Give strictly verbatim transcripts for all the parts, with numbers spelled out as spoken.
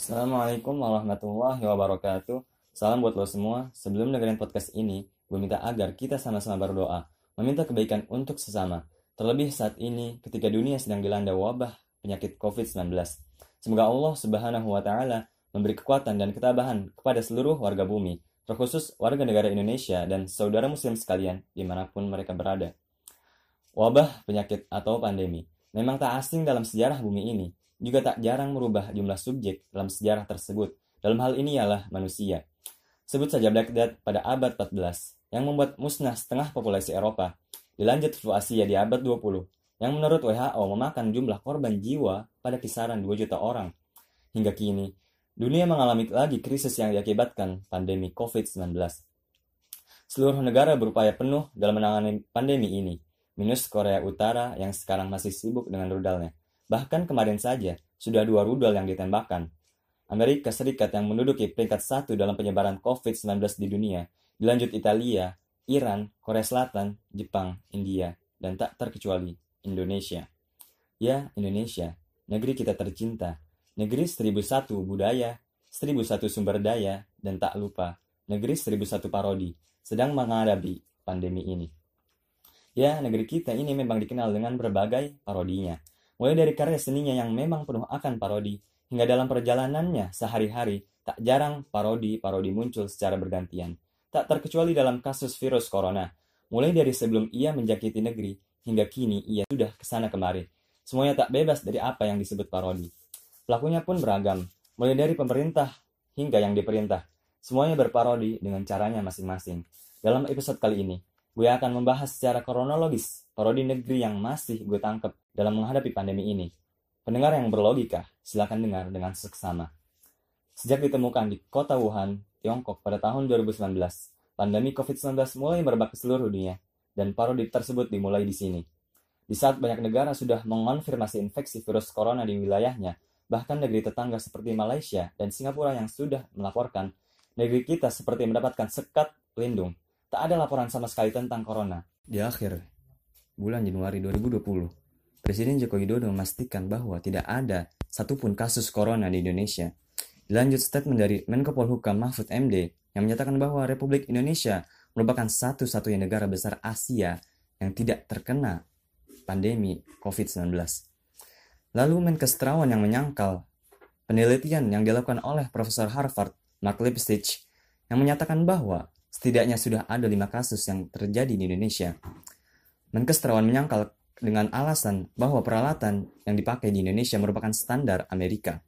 Assalamualaikum warahmatullahi wabarakatuh. Salam buat lo semua. Sebelum dengerin podcast ini, gue minta agar kita sama-sama berdoa, meminta kebaikan untuk sesama. Terlebih saat ini ketika dunia sedang dilanda wabah penyakit covid sembilan belas. Semoga Allah Subhanahu wa taala memberi kekuatan dan ketabahan kepada seluruh warga bumi, terkhusus warga negara Indonesia dan saudara muslim sekalian dimanapun mereka berada. Wabah, penyakit, atau pandemi memang tak asing dalam sejarah bumi ini, juga tak jarang merubah jumlah subjek dalam sejarah tersebut. Dalam hal ini ialah manusia. Sebut saja Black Death pada abad empat belas, yang membuat musnah setengah populasi Eropa. Dilanjut flu Asia di abad dua puluh, yang menurut W H O memakan jumlah korban jiwa pada kisaran dua juta orang. Hingga kini, dunia mengalami lagi krisis yang diakibatkan pandemi covid sembilan belas. Seluruh negara berupaya penuh dalam menangani pandemi ini, minus Korea Utara yang sekarang masih sibuk dengan rudalnya. Bahkan kemarin saja, sudah dua rudal yang ditembakkan. Amerika Serikat yang menduduki peringkat satu dalam penyebaran covid sembilan belas di dunia, dilanjut Italia, Iran, Korea Selatan, Jepang, India, dan tak terkecuali Indonesia. Ya, Indonesia, negeri kita tercinta, negeri seribu satu budaya, seribu satu sumber daya, dan tak lupa, negeri seribu satu parodi, sedang menghadapi pandemi ini. Ya, negeri kita ini memang dikenal dengan berbagai parodinya. Mulai dari karya seninya yang memang penuh akan parodi, hingga dalam perjalanannya sehari-hari, tak jarang parodi-parodi muncul secara bergantian. Tak terkecuali dalam kasus virus corona. Mulai dari sebelum ia menjakiti negeri, hingga kini ia sudah kesana kemari. Semuanya tak bebas dari apa yang disebut parodi. Pelakunya pun beragam, mulai dari pemerintah hingga yang diperintah. Semuanya berparodi dengan caranya masing-masing. Dalam episode kali ini, gue akan membahas secara kronologis parodi negeri yang masih gue tangkap dalam menghadapi pandemi ini. Pendengar yang berlogika, silakan dengar dengan seksama. Sejak ditemukan di kota Wuhan, Tiongkok pada tahun dua ribu sembilan belas, pandemi covid sembilan belas mulai merebak ke seluruh dunia, dan parodi tersebut dimulai di sini. Di saat banyak negara sudah mengonfirmasi infeksi virus corona di wilayahnya, bahkan negeri tetangga seperti Malaysia dan Singapura yang sudah melaporkan, negeri kita seperti mendapatkan sekat pelindung. Tak ada laporan sama sekali tentang corona. Di akhir bulan Januari dua ribu dua puluh, Presiden Joko Widodo memastikan bahwa tidak ada satupun kasus corona di Indonesia. Dilanjut statement dari Menko Polhukam Mahfud M D yang menyatakan bahwa Republik Indonesia merupakan satu-satunya negara besar Asia yang tidak terkena pandemi covid sembilan belas. Lalu Menkes Terawan yang menyangkal penelitian yang dilakukan oleh Profesor Harvard Mark Lipsitch yang menyatakan bahwa setidaknya sudah ada lima kasus yang terjadi di Indonesia. Menkes Terawan menyangkal dengan alasan bahwa peralatan yang dipakai di Indonesia merupakan standar Amerika.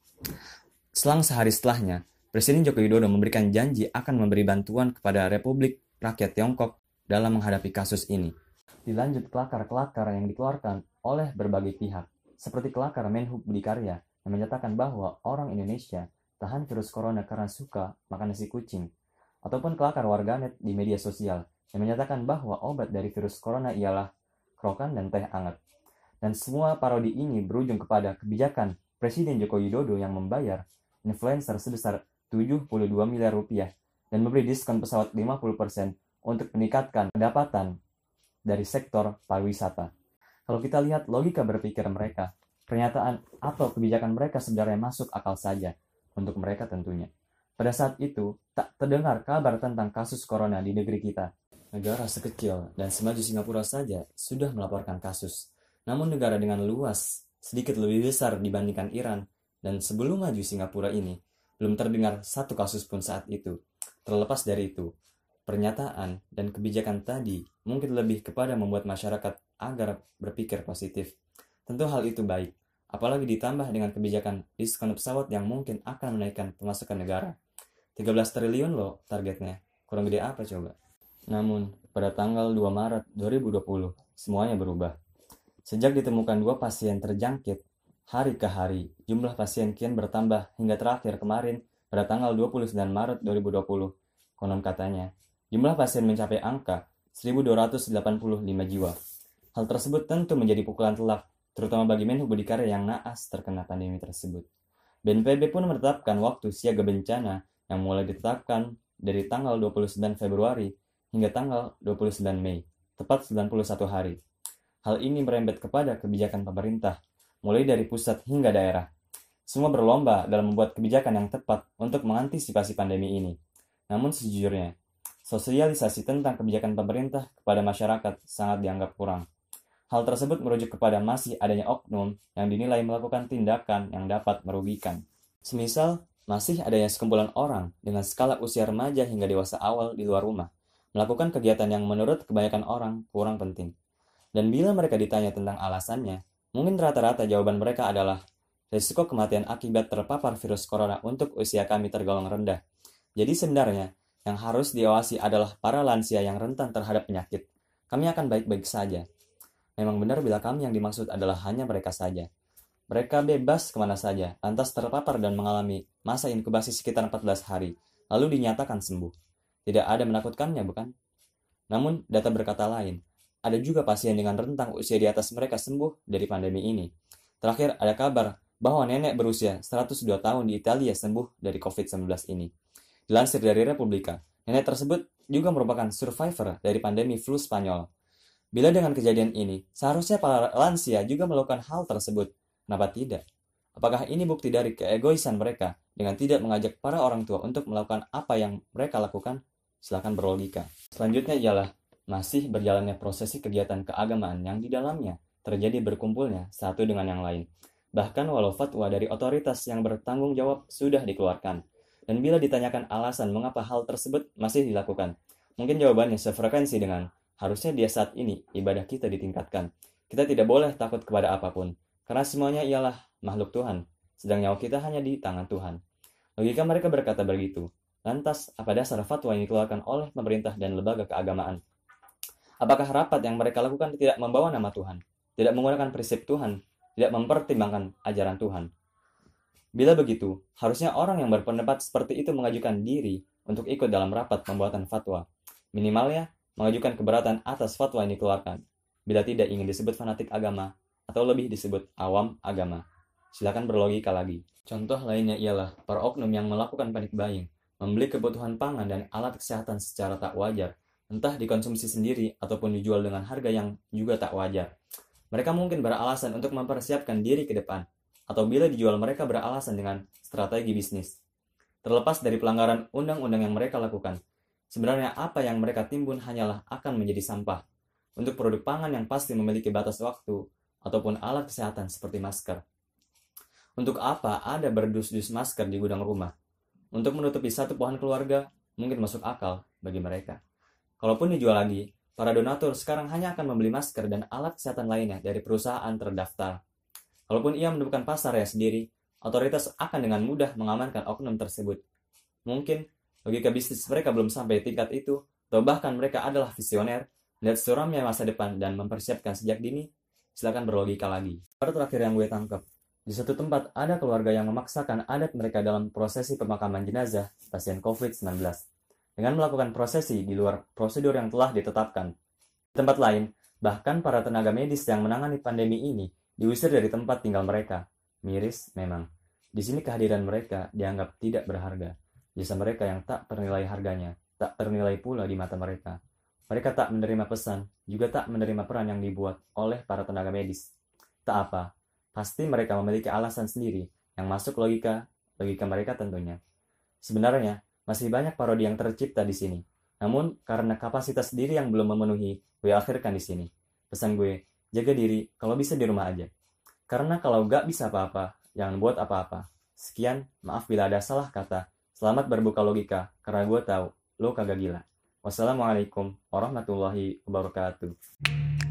Selang sehari setelahnya, Presiden Joko Widodo memberikan janji akan memberi bantuan kepada Republik Rakyat Tiongkok dalam menghadapi kasus ini. Dilanjut kelakar-kelakar yang dikeluarkan oleh berbagai pihak, seperti kelakar Menhub Budi Karya yang menyatakan bahwa orang Indonesia tahan virus corona karena suka makan nasi kucing, ataupun kelakar warganet di media sosial yang menyatakan bahwa obat dari virus corona ialah krokan dan teh hangat. Dan semua parodi ini berujung kepada kebijakan Presiden Joko Widodo yang membayar influencer sebesar tujuh puluh dua miliar rupiah dan memberi diskon pesawat lima puluh persen untuk meningkatkan pendapatan dari sektor pariwisata. Kalau kita lihat logika berpikir mereka, pernyataan atau kebijakan mereka sebenarnya masuk akal saja untuk mereka tentunya. Pada saat itu, tak terdengar kabar tentang kasus corona di negeri kita. Negara sekecil dan semaju Singapura saja sudah melaporkan kasus. Namun negara dengan luas sedikit lebih besar dibandingkan Iran dan sebelum maju Singapura ini, belum terdengar satu kasus pun saat itu. Terlepas dari itu, pernyataan dan kebijakan tadi mungkin lebih kepada membuat masyarakat agar berpikir positif. Tentu hal itu baik, apalagi ditambah dengan kebijakan diskon pesawat yang mungkin akan menaikkan pemasukan negara. tiga belas triliun loh targetnya, kurang gede apa coba? Namun, pada tanggal dua Maret dua ribu dua puluh, semuanya berubah. Sejak ditemukan dua pasien terjangkit, hari ke hari, jumlah pasien kian bertambah hingga terakhir kemarin pada tanggal dua puluh sembilan Maret dua ribu dua puluh. Konon katanya, jumlah pasien mencapai angka seribu dua ratus delapan puluh lima jiwa. Hal tersebut tentu menjadi pukulan telak, terutama bagi Menhub Budi Karya yang naas terkena pandemi tersebut. B N P B pun menetapkan waktu siaga bencana yang mulai ditetapkan dari tanggal dua puluh sembilan Februari hingga tanggal dua puluh sembilan Mei, tepat sembilan puluh satu hari. Hal ini merembet kepada kebijakan pemerintah, mulai dari pusat hingga daerah. Semua berlomba dalam membuat kebijakan yang tepat untuk mengantisipasi pandemi ini. Namun sejujurnya, sosialisasi tentang kebijakan pemerintah kepada masyarakat sangat dianggap kurang. Hal tersebut merujuk kepada masih adanya oknum yang dinilai melakukan tindakan yang dapat merugikan. Semisal, masih adanya sekumpulan orang dengan skala usia remaja hingga dewasa awal di luar rumah, melakukan kegiatan yang menurut kebanyakan orang kurang penting. Dan bila mereka ditanya tentang alasannya, mungkin rata-rata jawaban mereka adalah, risiko kematian akibat terpapar virus corona untuk usia kami tergolong rendah. Jadi sebenarnya, yang harus diawasi adalah para lansia yang rentan terhadap penyakit. Kami akan baik-baik saja. Memang benar bila kami yang dimaksud adalah hanya mereka saja. Mereka bebas kemana saja, lantas terpapar dan mengalami masa inkubasi sekitar empat belas hari, lalu dinyatakan sembuh. Tidak ada menakutkannya, bukan? Namun, data berkata lain. Ada juga pasien dengan rentang usia di atas mereka sembuh dari pandemi ini. Terakhir, ada kabar bahwa nenek berusia seratus dua tahun di Italia sembuh dari covid sembilan belas ini. Dilansir dari Republika, nenek tersebut juga merupakan survivor dari pandemi flu Spanyol. Bila dengan kejadian ini, seharusnya para lansia juga melakukan hal tersebut. Kenapa tidak? Apakah ini bukti dari keegoisan mereka dengan tidak mengajak para orang tua untuk melakukan apa yang mereka lakukan? Silakan berlogika. Selanjutnya ialah masih berjalannya prosesi kegiatan keagamaan yang di dalamnya terjadi berkumpulnya satu dengan yang lain. Bahkan walau fatwa dari otoritas yang bertanggung jawab sudah dikeluarkan. Dan bila ditanyakan alasan mengapa hal tersebut masih dilakukan, mungkin jawabannya sefrekuensi dengan, harusnya dia saat ini ibadah kita ditingkatkan. Kita tidak boleh takut kepada apapun, karena semuanya ialah makhluk Tuhan, sedang nyawa kita hanya di tangan Tuhan. Logika mereka berkata begitu. Lantas, apa dasar fatwa yang dikeluarkan oleh pemerintah dan lembaga keagamaan? Apakah rapat yang mereka lakukan tidak membawa nama Tuhan, tidak menggunakan prinsip Tuhan, tidak mempertimbangkan ajaran Tuhan? Bila begitu, harusnya orang yang berpendapat seperti itu mengajukan diri untuk ikut dalam rapat pembuatan fatwa. Minimalnya, mengajukan keberatan atas fatwa yang dikeluarkan, bila tidak ingin disebut fanatik agama, atau lebih disebut awam agama. Silakan berlogika lagi. Contoh lainnya ialah para oknum yang melakukan panic buying, membeli kebutuhan pangan dan alat kesehatan secara tak wajar, entah dikonsumsi sendiri ataupun dijual dengan harga yang juga tak wajar. Mereka mungkin beralasan untuk mempersiapkan diri ke depan, atau bila dijual mereka beralasan dengan strategi bisnis. Terlepas dari pelanggaran undang-undang yang mereka lakukan, sebenarnya apa yang mereka timbun hanyalah akan menjadi sampah untuk produk pangan yang pasti memiliki batas waktu ataupun alat kesehatan seperti masker. Untuk apa ada berdus-dus masker di gudang rumah? Untuk menutupi satu pohon keluarga mungkin masuk akal bagi mereka. Kalaupun dijual lagi, para donatur sekarang hanya akan membeli masker dan alat kesehatan lainnya dari perusahaan terdaftar. Kalaupun ia menemukan pasarnya sendiri, otoritas akan dengan mudah mengamankan oknum tersebut. Mungkin logika bisnis mereka belum sampai tingkat itu, atau bahkan mereka adalah visioner, melihat suramnya masa depan dan mempersiapkan sejak dini. Silakan berlogika lagi. Pada terakhir yang gue tangkap, di suatu tempat ada keluarga yang memaksakan adat mereka dalam prosesi pemakaman jenazah pasien covid sembilan belas dengan melakukan prosesi di luar prosedur yang telah ditetapkan. Di tempat lain, bahkan para tenaga medis yang menangani pandemi ini diusir dari tempat tinggal mereka. Miris memang. Di sini kehadiran mereka dianggap tidak berharga. Jasa mereka yang tak ternilai harganya, tak ternilai pula di mata mereka. Mereka tak menerima pesan, juga tak menerima peran yang dibuat oleh para tenaga medis. Tak apa, pasti mereka memiliki alasan sendiri yang masuk logika, logika mereka tentunya. Sebenarnya, masih banyak parodi yang tercipta di sini. Namun, karena kapasitas diri yang belum memenuhi, gue akhirkan di sini. Pesan gue, jaga diri, kalau bisa di rumah aja. Karena kalau gak bisa apa-apa, jangan buat apa-apa. Sekian, maaf bila ada salah kata. Selamat berbuka logika, karena gue tahu, lo kagak gila. Wassalamualaikum warahmatullahi wabarakatuh.